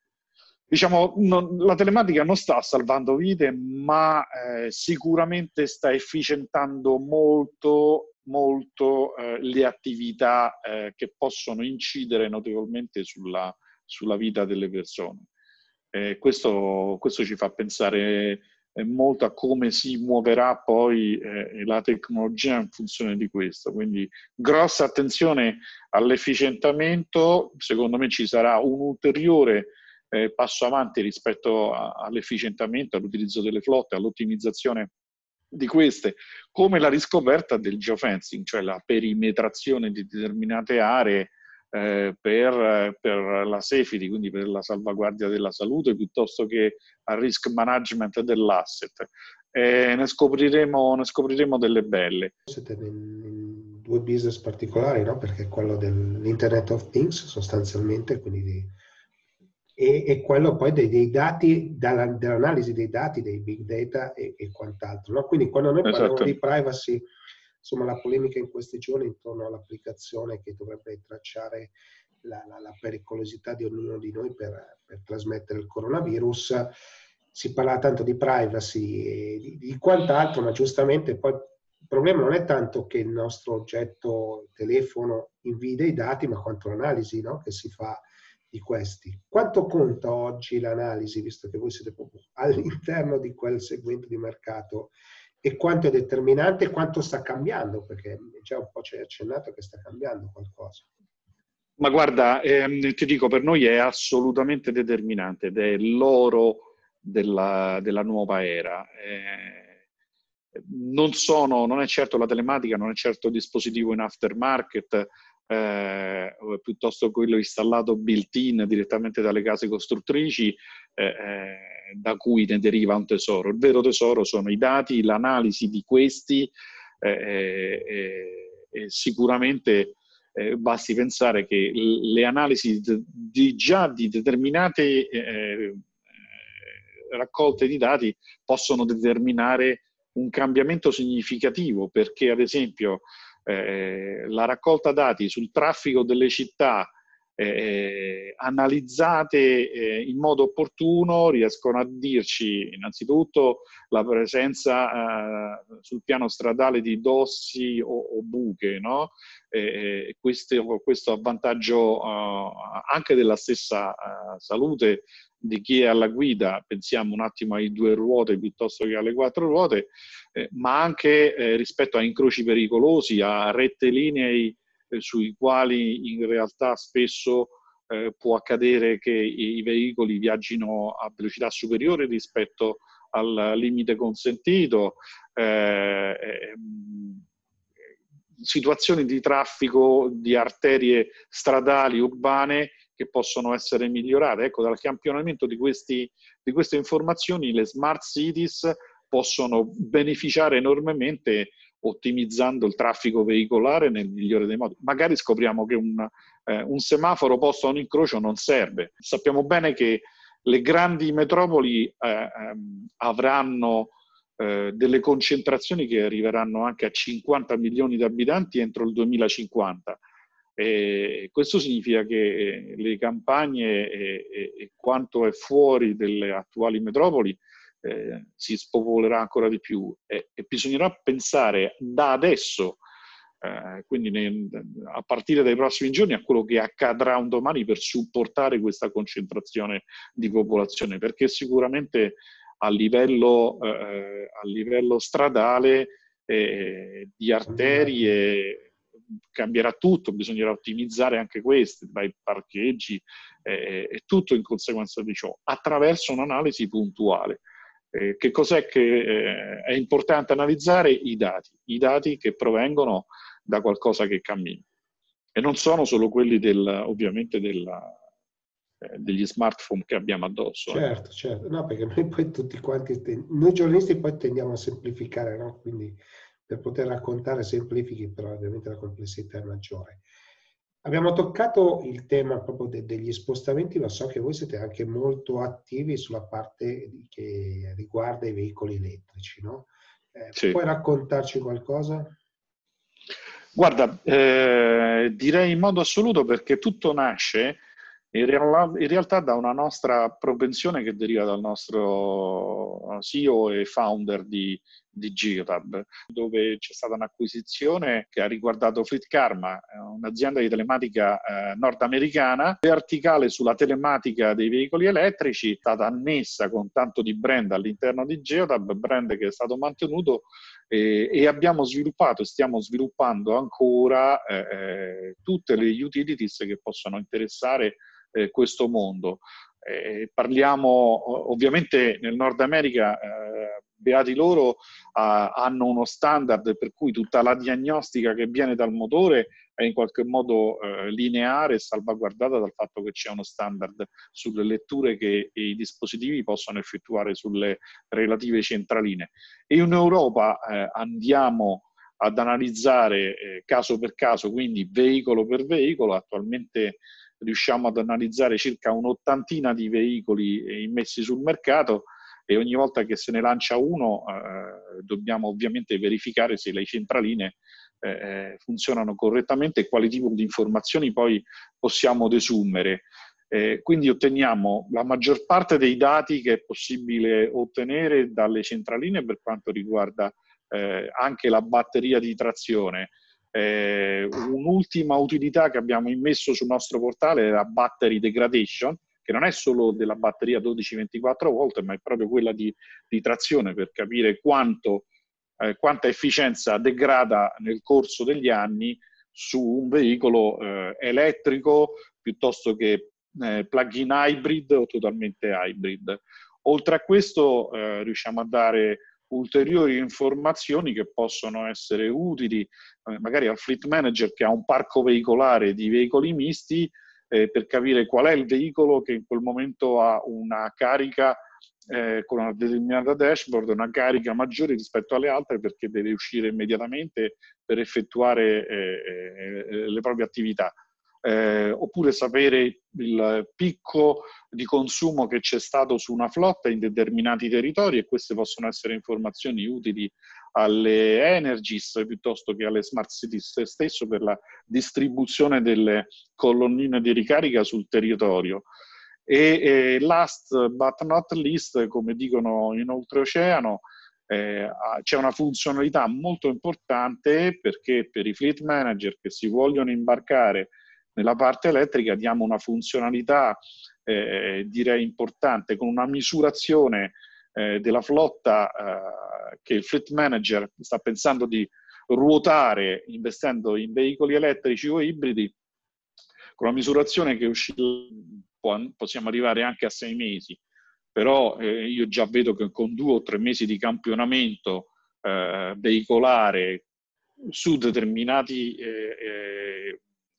diciamo non, la telematica non sta salvando vite, ma eh, sicuramente sta efficientando molto molto eh, le attività eh, che possono incidere notevolmente sulla, sulla vita delle persone. Eh, questo, questo ci fa pensare eh, molto a come si muoverà poi eh, la tecnologia in funzione di questo. Quindi grossa attenzione all'efficientamento, secondo me ci sarà un ulteriore eh, passo avanti rispetto a, all'efficientamento, all'utilizzo delle flotte, all'ottimizzazione di queste, come la riscoperta del geofencing, cioè la perimetrazione di determinate aree eh, per, per la safety, quindi per la salvaguardia della salute, piuttosto che al risk management dell'asset. Eh, ne scopriremo, ne scopriremo delle belle. Siete in due business particolari, no? Perché quello dell'Internet of Things sostanzialmente, quindi di, e, e quello poi dei, dei dati, dalla, dell'analisi dei dati, dei big data e, e quant'altro. No? Quindi quando noi parliamo esatto. di privacy, insomma la polemica in questi giorni intorno all'applicazione che dovrebbe tracciare la, la, la pericolosità di ognuno di noi per, per trasmettere il coronavirus, si parla tanto di privacy e di, di quant'altro, ma giustamente poi il problema non è tanto che il nostro oggetto telefono invii dei dati, ma quanto l'analisi, no? Che si fa di questi. Quanto conta oggi l'analisi, visto che voi siete proprio all'interno di quel segmento di mercato, e quanto è determinante e quanto sta cambiando? Perché già un po' ci hai accennato che sta cambiando qualcosa. Ma guarda, ehm, ti dico, per noi è assolutamente determinante ed è l'oro della, della nuova era. Eh, non sono, non è certo la telematica, non è certo il dispositivo in aftermarket, eh, piuttosto quello installato built-in direttamente dalle case costruttrici, eh, eh, da cui ne deriva un tesoro. Il vero tesoro sono i dati, l'analisi di questi, eh, eh, e sicuramente eh, basti pensare che le analisi di, di già di determinate eh, raccolte di dati possono determinare un cambiamento significativo, perché ad esempio eh, la raccolta dati sul traffico delle città eh, analizzate eh, in modo opportuno riescono a dirci innanzitutto la presenza eh, sul piano stradale di dossi o, o buche, no? Eh, questo, questo a vantaggio eh, anche della stessa eh, salute di chi è alla guida, pensiamo un attimo ai due ruote piuttosto che alle quattro ruote, eh, ma anche eh, rispetto a incroci pericolosi, a rettilinei eh, sui quali in realtà spesso eh, può accadere che i, i veicoli viaggino a velocità superiore rispetto al limite consentito, eh, eh, situazioni di traffico di arterie stradali urbane che possono essere migliorate. Ecco, dal campionamento di, questi, di queste informazioni le smart cities possono beneficiare enormemente ottimizzando il traffico veicolare nel migliore dei modi. Magari scopriamo che un, eh, un semaforo posto a un incrocio non serve. Sappiamo bene che le grandi metropoli eh, ehm, avranno eh, delle concentrazioni che arriveranno anche a cinquanta milioni di abitanti entro il duemilacinquanta. E questo significa che le campagne e, e, e quanto è fuori delle attuali metropoli eh, si spopolerà ancora di più e, e bisognerà pensare da adesso, eh, quindi ne, a partire dai prossimi giorni, a quello che accadrà un domani per supportare questa concentrazione di popolazione, perché sicuramente a livello, eh, a livello stradale eh, di arterie cambierà tutto, bisognerà ottimizzare anche queste, dai parcheggi eh, e tutto in conseguenza di ciò, attraverso un'analisi puntuale. Eh, che cos'è che eh, è importante analizzare? I dati, i dati che provengono da qualcosa che cammina. E non sono solo quelli del, ovviamente della, eh, degli smartphone che abbiamo addosso. Certo, eh. certo. No, perché noi poi tutti quanti, noi giornalisti poi tendiamo a semplificare, no? Quindi per poter raccontare semplifichi, però ovviamente la complessità è maggiore. Abbiamo toccato il tema proprio de- degli spostamenti, ma so che voi siete anche molto attivi sulla parte che riguarda i veicoli elettrici, no? Eh, Sì. Puoi raccontarci qualcosa? Guarda, eh, direi in modo assoluto, perché tutto nasce in, real- in realtà da una nostra propensione che deriva dal nostro C E O e founder di, di Geotab, dove c'è stata un'acquisizione che ha riguardato Fleet Karma, un'azienda di telematica eh, nordamericana, verticale sulla telematica dei veicoli elettrici, è stata annessa con tanto di brand all'interno di Geotab, brand che è stato mantenuto eh, e abbiamo sviluppato e stiamo sviluppando ancora eh, tutte le utilities che possono interessare eh, questo mondo. Eh, parliamo ovviamente nel Nord America, eh, beati loro, eh, hanno uno standard per cui tutta la diagnostica che viene dal motore è in qualche modo eh, lineare e salvaguardata dal fatto che c'è uno standard sulle letture che i dispositivi possono effettuare sulle relative centraline. E in Europa eh, andiamo ad analizzare eh, caso per caso, quindi veicolo per veicolo. Attualmente riusciamo ad analizzare circa un'ottantina di veicoli immessi sul mercato e ogni volta che se ne lancia uno eh, dobbiamo ovviamente verificare se le centraline eh, funzionano correttamente e quali tipo di informazioni poi possiamo desumere. Eh, quindi otteniamo la maggior parte dei dati che è possibile ottenere dalle centraline per quanto riguarda eh, anche la batteria di trazione. Eh, un'ultima utilità che abbiamo immesso sul nostro portale è la battery degradation, che non è solo della batteria dodici ventiquattro volt, ma è proprio quella di, di trazione, per capire quanto, eh, quanta efficienza degrada nel corso degli anni su un veicolo eh, elettrico piuttosto che eh, plug-in hybrid o totalmente hybrid. Oltre a questo eh, riusciamo a dare ulteriori informazioni che possono essere utili eh, magari al fleet manager che ha un parco veicolare di veicoli misti, eh, per capire qual è il veicolo che in quel momento ha una carica eh, con una determinata dashboard, una carica maggiore rispetto alle altre, perché deve uscire immediatamente per effettuare eh, eh, le proprie attività. Eh, oppure sapere il picco di consumo che c'è stato su una flotta in determinati territori, e queste possono essere informazioni utili alle Energies piuttosto che alle Smart Cities stesso per la distribuzione delle colonnine di ricarica sul territorio. E eh, last but not least, come dicono in oltreoceano, eh, c'è una funzionalità molto importante, perché per i fleet manager che si vogliono imbarcare nella parte elettrica diamo una funzionalità eh, direi importante, con una misurazione eh, della flotta eh, che il fleet manager sta pensando di ruotare investendo in veicoli elettrici o ibridi, con una misurazione che uscì, può, possiamo arrivare anche a sei mesi, però eh, io già vedo che con due o tre mesi di campionamento eh, veicolare su determinati eh, eh,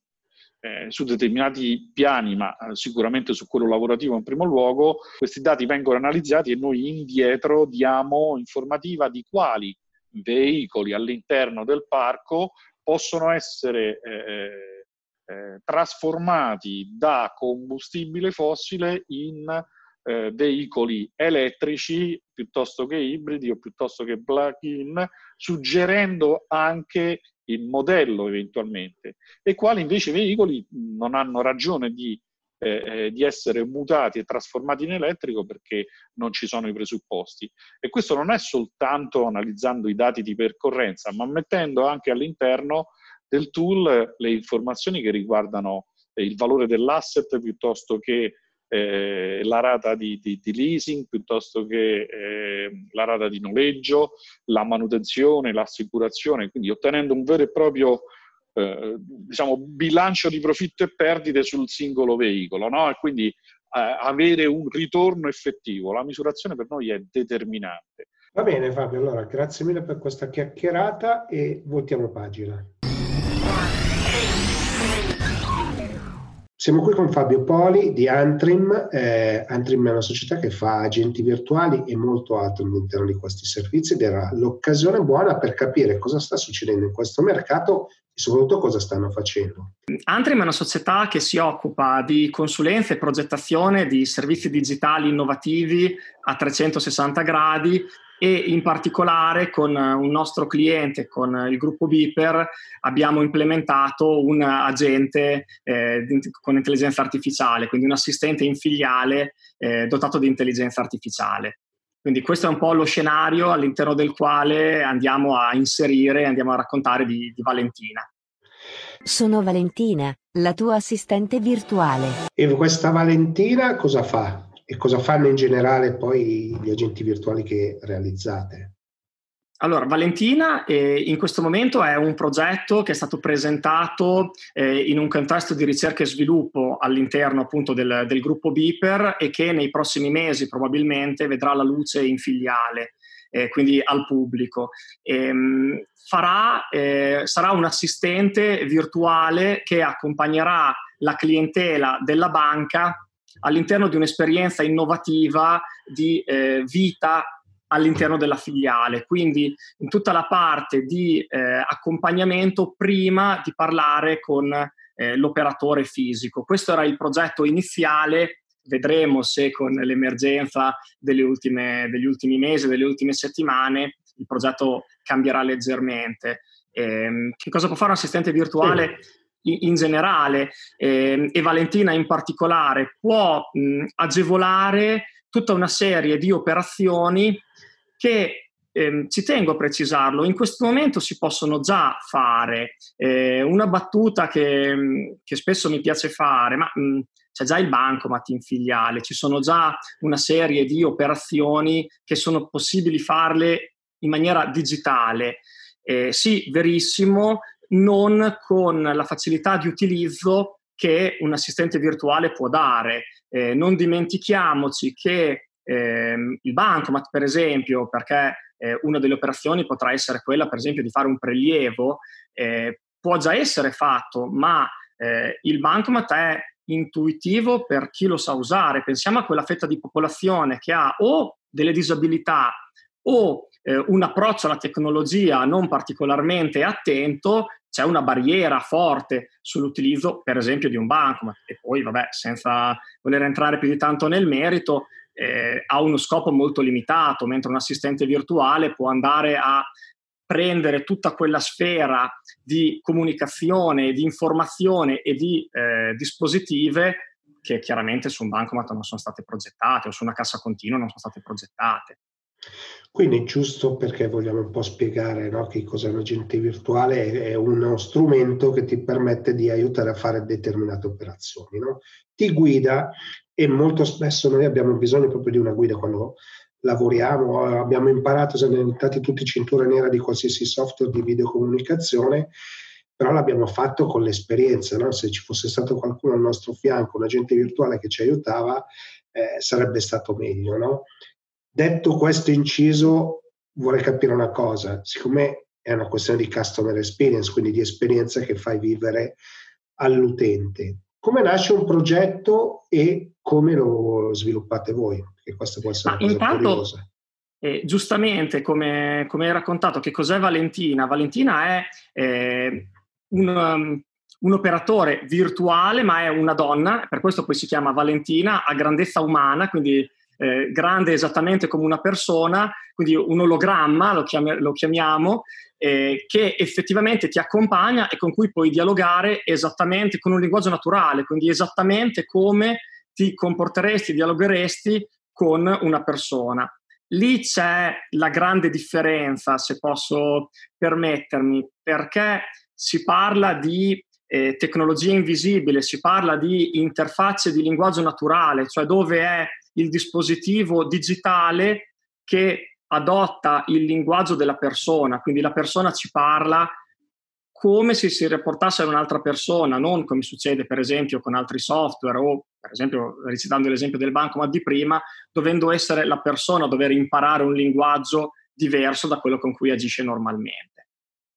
Eh, su determinati piani, ma eh, sicuramente su quello lavorativo in primo luogo, questi dati vengono analizzati e noi indietro diamo informativa di quali veicoli all'interno del parco possono essere eh, eh, trasformati da combustibile fossile in eh, veicoli elettrici piuttosto che ibridi o piuttosto che plug-in, suggerendo anche il modello eventualmente, e quali invece veicoli non hanno ragione di, eh, di essere mutati e trasformati in elettrico perché non ci sono i presupposti. E questo non è soltanto analizzando i dati di percorrenza, ma mettendo anche all'interno del tool le informazioni che riguardano eh, il valore dell'asset piuttosto che Eh, la rata di, di, di leasing, piuttosto che eh, la rata di noleggio, la manutenzione, l'assicurazione, quindi ottenendo un vero e proprio eh, diciamo, bilancio di profitto e perdite sul singolo veicolo, no? E quindi eh, avere un ritorno effettivo. La misurazione per noi è determinante. Va bene Fabio, allora grazie mille per questa chiacchierata e voltiamo pagina. Siamo qui con Fabio Poli di Antrim. Eh, Antrim è una società che fa agenti virtuali e molto altro all'interno di questi servizi, ed era l'occasione buona per capire cosa sta succedendo in questo mercato e soprattutto cosa stanno facendo. Antrim è una società che si occupa di consulenza e progettazione di servizi digitali innovativi a trecentosessanta gradi, e in particolare con un nostro cliente, con il gruppo Beeper, abbiamo implementato un agente eh, con intelligenza artificiale, quindi un assistente in filiale eh, dotato di intelligenza artificiale. Quindi questo è un po' lo scenario all'interno del quale andiamo a inserire, andiamo a raccontare di, di Valentina. Sono Valentina, la tua assistente virtuale. E questa Valentina cosa fa? E cosa fanno in generale poi gli agenti virtuali che realizzate? Allora, Valentina eh, in questo momento è un progetto che è stato presentato eh, in un contesto di ricerca e sviluppo all'interno appunto del, del gruppo Beeper, e che nei prossimi mesi probabilmente vedrà la luce in filiale, eh, quindi al pubblico. Ehm, farà, eh, sarà un assistente virtuale che accompagnerà la clientela della banca all'interno di un'esperienza innovativa di eh, vita all'interno della filiale, quindi in tutta la parte di eh, accompagnamento prima di parlare con eh, l'operatore fisico. Questo era il progetto iniziale, vedremo se con l'emergenza delle ultime, degli ultimi mesi, delle ultime settimane, il progetto cambierà leggermente. Eh, che cosa può fare un assistente virtuale? Sì. in, in generale eh, e Valentina in particolare può mh, agevolare tutta una serie di operazioni che Eh, ci tengo a precisarlo, in questo momento si possono già fare. Eh, una battuta che, che spesso mi piace fare, ma mh, c'è già il bancomat in filiale, ci sono già una serie di operazioni che sono possibili farle in maniera digitale. Eh, sì, verissimo, non con la facilità di utilizzo che un assistente virtuale può dare. Eh, non dimentichiamoci che eh, il bancomat, per esempio, perché eh, una delle operazioni potrà essere quella, per esempio, di fare un prelievo, eh, può già essere fatto, ma eh, il bancomat è intuitivo per chi lo sa usare. Pensiamo a quella fetta di popolazione che ha o delle disabilità o eh, un approccio alla tecnologia non particolarmente attento, c'è una barriera forte sull'utilizzo, per esempio, di un bancomat. E poi, vabbè, senza voler entrare più di tanto nel merito, eh, ha uno scopo molto limitato, mentre un assistente virtuale può andare a prendere tutta quella sfera di comunicazione, di informazione e di eh, dispositive che chiaramente su un bancomat non sono state progettate, o su una cassa continua non sono state progettate. Quindi, giusto perché vogliamo un po' spiegare, no, che cos'è un agente virtuale, è uno strumento che ti permette di aiutare a fare determinate operazioni, no? Ti guida, e molto spesso noi abbiamo bisogno proprio di una guida quando lavoriamo, abbiamo imparato, siamo diventati tutti cintura nera di qualsiasi software di videocomunicazione, però l'abbiamo fatto con l'esperienza, no? Se ci fosse stato qualcuno al nostro fianco, un agente virtuale che ci aiutava, eh, sarebbe stato meglio, no? Detto questo inciso, vorrei capire una cosa, siccome è una questione di customer experience, quindi di esperienza che fai vivere all'utente, come nasce un progetto e come lo sviluppate voi? Perché questa può essere Ma una cosa intanto, curiosa. Eh, giustamente, come, come hai raccontato, che cos'è Valentina? Valentina è eh, un, um, un operatore virtuale, ma è una donna, per questo poi si chiama Valentina, a grandezza umana, quindi eh, grande esattamente come una persona, quindi un ologramma, lo, chiam- lo chiamiamo, eh, che effettivamente ti accompagna e con cui puoi dialogare esattamente con un linguaggio naturale, quindi esattamente come ti comporteresti, dialogheresti con una persona. Lì c'è la grande differenza, se posso permettermi, perché si parla di eh, tecnologia invisibile, si parla di interfacce di linguaggio naturale, cioè dove è il dispositivo digitale che adotta il linguaggio della persona, quindi la persona ci parla come se si rapportasse a un'altra persona, non come succede per esempio con altri software o per esempio, recitando l'esempio del bancomat di prima, dovendo essere la persona a dover imparare un linguaggio diverso da quello con cui agisce normalmente.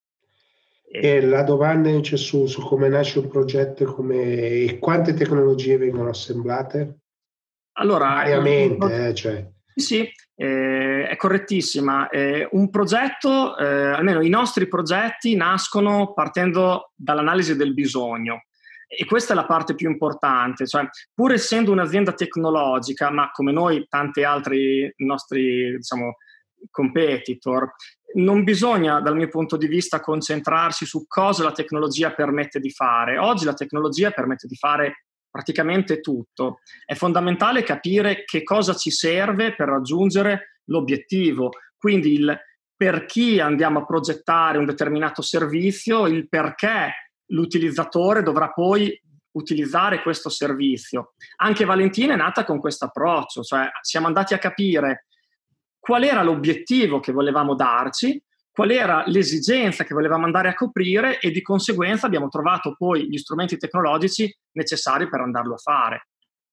E, e la domanda invece su, su come nasce un progetto e, come, e quante tecnologie vengono assemblate? Allora, variamente, il, eh, cioè. Sì, eh, è correttissima. Eh, un progetto, eh, almeno i nostri progetti, nascono partendo dall'analisi del bisogno. E questa è la parte più importante, cioè pur essendo un'azienda tecnologica, ma come noi tanti altri nostri, diciamo, competitor, non bisogna dal mio punto di vista concentrarsi su cosa la tecnologia permette di fare. Oggi la tecnologia permette di fare praticamente tutto. È fondamentale capire che cosa ci serve per raggiungere l'obiettivo, quindi il per chi andiamo a progettare un determinato servizio, il perché l'utilizzatore dovrà poi utilizzare questo servizio. Anche Valentina è nata con questo approccio, cioè siamo andati a capire qual era l'obiettivo che volevamo darci, qual era l'esigenza che volevamo andare a coprire e di conseguenza abbiamo trovato poi gli strumenti tecnologici necessari per andarlo a fare.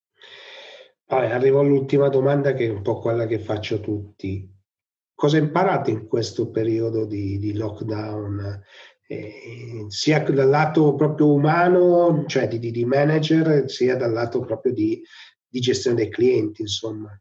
Poi arrivo all'ultima domanda, che è un po' quella che faccio a tutti. Cosa imparate in questo periodo di, di lockdown? Eh, sia dal lato proprio umano, cioè di, di manager, sia dal lato proprio di, di gestione dei clienti, insomma.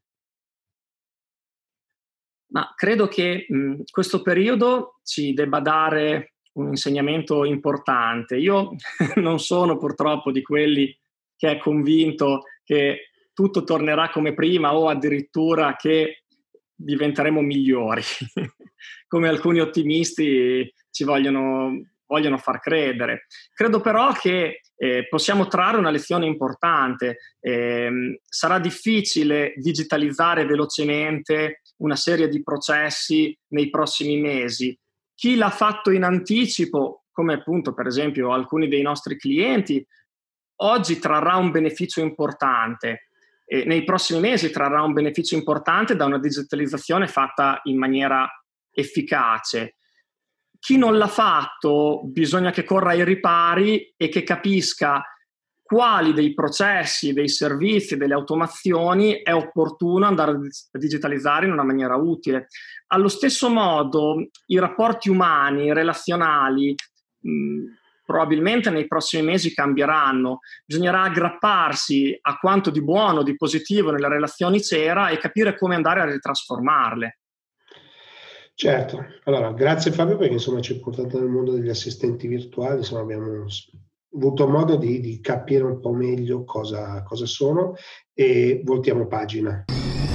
Ma credo che mh, questo periodo ci debba dare un insegnamento importante. Io non sono purtroppo di quelli che è convinto che tutto tornerà come prima o addirittura che diventeremo migliori. Come alcuni ottimisti ci vogliono vogliono far credere. Credo però che eh, possiamo trarre una lezione importante. Eh, sarà difficile digitalizzare velocemente una serie di processi nei prossimi mesi. Chi l'ha fatto in anticipo, come appunto per esempio alcuni dei nostri clienti, oggi trarrà un beneficio importante. E nei prossimi mesi trarrà un beneficio importante da una digitalizzazione fatta in maniera efficace. Chi non l'ha fatto bisogna che corra ai ripari e che capisca quali dei processi, dei servizi, delle automazioni è opportuno andare a digitalizzare in una maniera utile. Allo stesso modo, i rapporti umani, relazionali, mh, probabilmente nei prossimi mesi cambieranno. Bisognerà aggrapparsi a quanto di buono, di positivo nelle relazioni c'era e capire come andare a ritrasformarle. Certo, allora grazie Fabio perché insomma ci hai portato nel mondo degli assistenti virtuali, insomma abbiamo avuto modo di, di capire un po' meglio cosa, cosa sono e voltiamo pagina.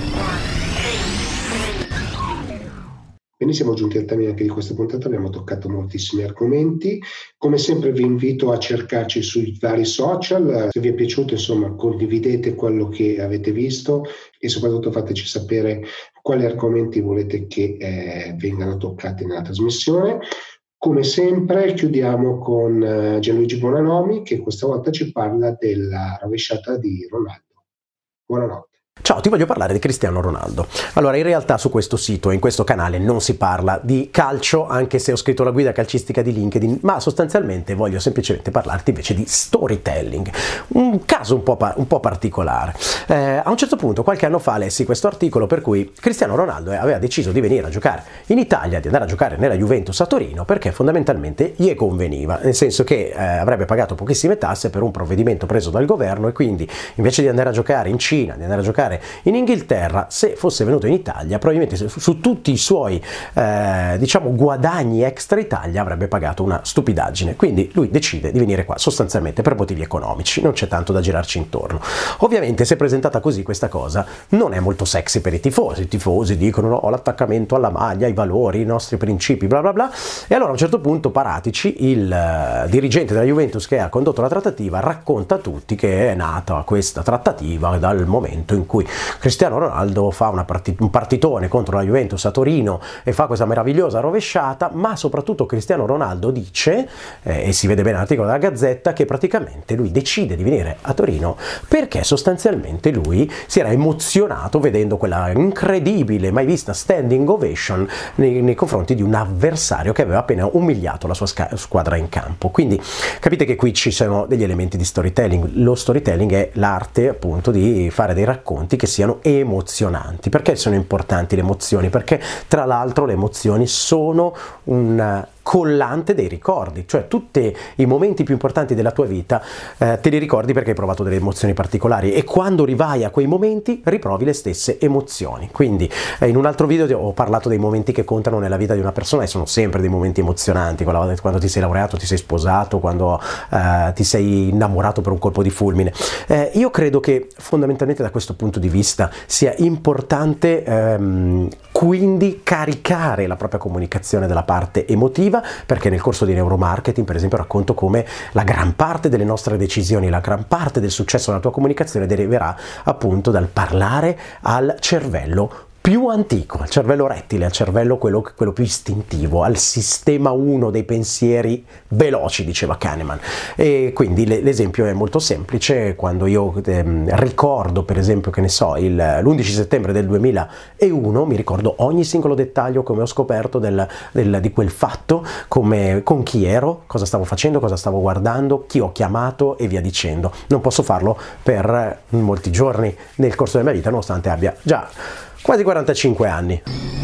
Quindi siamo giunti al termine anche di questa puntata, abbiamo toccato moltissimi argomenti. Come sempre vi invito a cercarci sui vari social, se vi è piaciuto insomma condividete quello che avete visto e soprattutto fateci sapere quali argomenti volete che eh, vengano toccati nella trasmissione. Come sempre chiudiamo con uh, Gianluigi Bonanomi che questa volta ci parla della rovesciata di Ronaldo. Buonanotte. Ciao, ti voglio parlare di Cristiano Ronaldo. Allora, in realtà su questo sito e in questo canale non si parla di calcio, anche se ho scritto la guida calcistica di LinkedIn, ma sostanzialmente voglio semplicemente parlarti invece di storytelling, un caso un po', pa- un po' particolare. Eh, a un certo punto, qualche anno fa, lessi questo articolo per cui Cristiano Ronaldo aveva deciso di venire a giocare in Italia, di andare a giocare nella Juventus a Torino, perché fondamentalmente gli conveniva, nel senso che eh, avrebbe pagato pochissime tasse per un provvedimento preso dal governo e quindi invece di andare a giocare in Cina, di andare a giocare in Inghilterra, se fosse venuto in Italia probabilmente su, su tutti i suoi eh, diciamo guadagni extra Italia avrebbe pagato una stupidaggine, quindi lui decide di venire qua sostanzialmente per motivi economici, non c'è tanto da girarci intorno. Ovviamente se presentata così questa cosa non è molto sexy per i tifosi, i tifosi dicono no, ho l'attaccamento alla maglia, i valori, i nostri principi, bla bla bla, e allora a un certo punto Paratici, il uh, dirigente della Juventus che ha condotto la trattativa, racconta a tutti che è nata questa trattativa dal momento in cui Cristiano Ronaldo fa una partit- un partitone contro la Juventus a Torino e fa questa meravigliosa rovesciata, ma soprattutto Cristiano Ronaldo dice, eh, e si vede bene nell'articolo della Gazzetta, che praticamente lui decide di venire a Torino perché sostanzialmente lui si era emozionato vedendo quella incredibile, mai vista standing ovation nei, nei confronti di un avversario che aveva appena umiliato la sua sca- squadra in campo. Quindi capite che qui ci sono degli elementi di storytelling. Lo storytelling è l'arte appunto di fare dei racconti che siano emozionanti. Perché sono importanti le emozioni? Perché tra l'altro le emozioni sono un collante dei ricordi, cioè tutti i momenti più importanti della tua vita eh, te li ricordi perché hai provato delle emozioni particolari e quando rivai a quei momenti riprovi le stesse emozioni. Quindi eh, in un altro video ho parlato dei momenti che contano nella vita di una persona e sono sempre dei momenti emozionanti, quando, quando ti sei laureato, ti sei sposato, quando eh, ti sei innamorato per un colpo di fulmine. Eh, io credo che fondamentalmente da questo punto di vista sia importante ehm, quindi caricare la propria comunicazione della parte emotiva, perché nel corso di neuromarketing per esempio racconto come la gran parte delle nostre decisioni, la gran parte del successo della tua comunicazione deriverà appunto dal parlare al cervello più antico, al cervello rettile, al cervello quello, quello più istintivo, al sistema uno dei pensieri veloci, diceva Kahneman. E quindi le, l'esempio è molto semplice. Quando io ehm, ricordo per esempio, che ne so, il, l'undici settembre del duemilauno, mi ricordo ogni singolo dettaglio, come ho scoperto del, del, di quel fatto, come, con chi ero, cosa stavo facendo, cosa stavo guardando, chi ho chiamato e via dicendo. Non posso farlo per molti giorni nel corso della mia vita, nonostante abbia già quasi quarantacinque anni.